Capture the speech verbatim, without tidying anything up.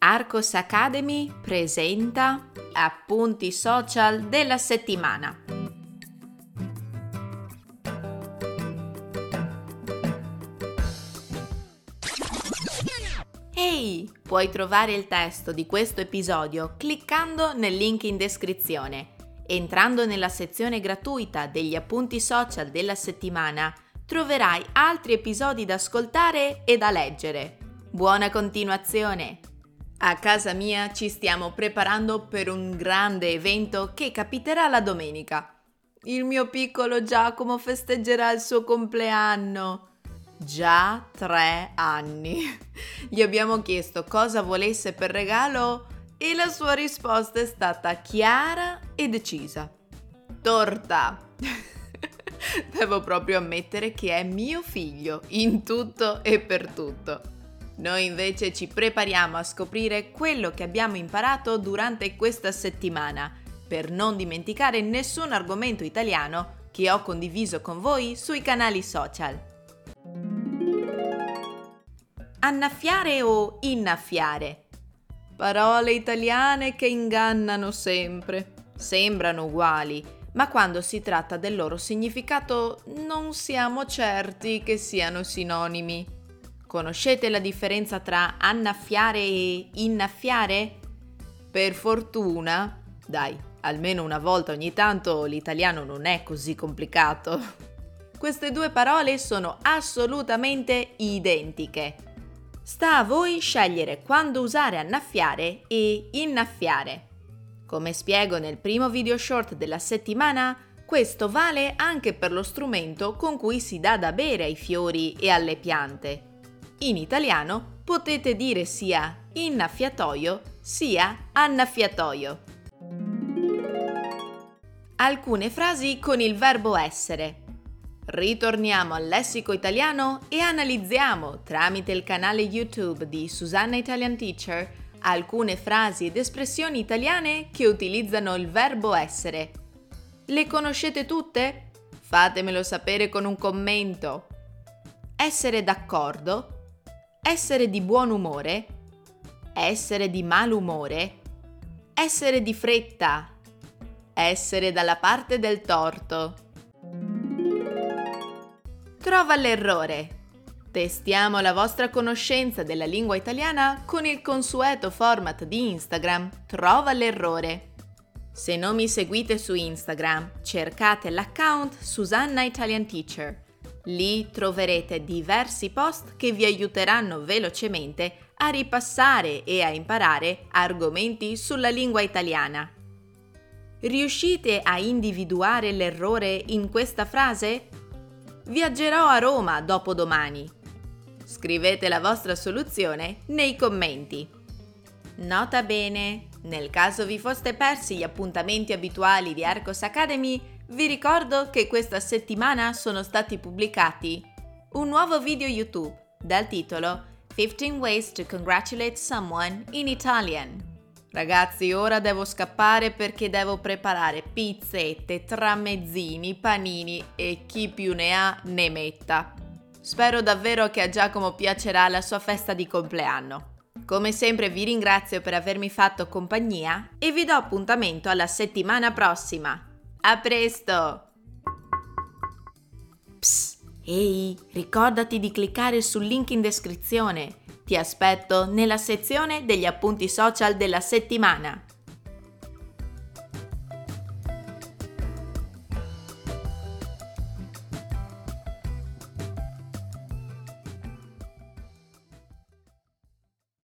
Arcos Academy presenta Appunti social della settimana. Ehi, puoi trovare il testo di questo episodio cliccando nel link in descrizione. Entrando nella sezione gratuita degli appunti social della settimana, troverai altri episodi da ascoltare e da leggere. Buona continuazione! A casa mia ci stiamo preparando per un grande evento che capiterà la domenica. Il mio piccolo Giacomo festeggerà il suo compleanno. Già tre anni. Gli abbiamo chiesto cosa volesse per regalo e la sua risposta è stata chiara e decisa. Torta! Devo proprio ammettere che è mio figlio in tutto e per tutto. Noi invece ci prepariamo a scoprire quello che abbiamo imparato durante questa settimana, per non dimenticare nessun argomento italiano che ho condiviso con voi sui canali social. Annaffiare o innaffiare? Parole italiane che ingannano sempre. Sembrano uguali, ma quando si tratta del loro significato non siamo certi che siano sinonimi. Conoscete la differenza tra annaffiare e innaffiare? Per fortuna, dai, almeno una volta ogni tanto l'italiano non è così complicato. Queste due parole sono assolutamente identiche. Sta a voi scegliere quando usare annaffiare e innaffiare. Come spiego nel primo video short della settimana, questo vale anche per lo strumento con cui si dà da bere ai fiori e alle piante. In italiano potete dire sia innaffiatoio sia annaffiatoio. Alcune frasi con il verbo essere. Ritorniamo al lessico italiano e analizziamo, tramite il canale YouTube di Susanna Italian Teacher, alcune frasi ed espressioni italiane che utilizzano il verbo essere. Le conoscete tutte? Fatemelo sapere con un commento. Essere d'accordo, essere di buon umore, essere di malumore, essere di fretta, essere dalla parte del torto. Trova l'errore. Testiamo la vostra conoscenza della lingua italiana con il consueto format di Instagram Trova l'errore. Se non mi seguite su Instagram, cercate l'account Susanna Italian Teacher. Lì troverete diversi post che vi aiuteranno velocemente a ripassare e a imparare argomenti sulla lingua italiana. Riuscite a individuare l'errore in questa frase? Viaggerò a Roma dopodomani. Scrivete la vostra soluzione nei commenti. Nota bene, nel caso vi foste persi gli appuntamenti abituali di Arcos Academy, vi ricordo che questa settimana sono stati pubblicati un nuovo video YouTube dal titolo fifteen ways to congratulate someone in Italian. Ragazzi, ora devo scappare perché devo preparare pizzette, tramezzini, panini e chi più ne ha ne metta. Spero davvero che a Giacomo piacerà la sua festa di compleanno. Come sempre vi ringrazio per avermi fatto compagnia e vi do appuntamento alla settimana prossima. A presto! Psst, ehi, ricordati di cliccare sul link in descrizione. Ti aspetto nella sezione degli appunti social della settimana.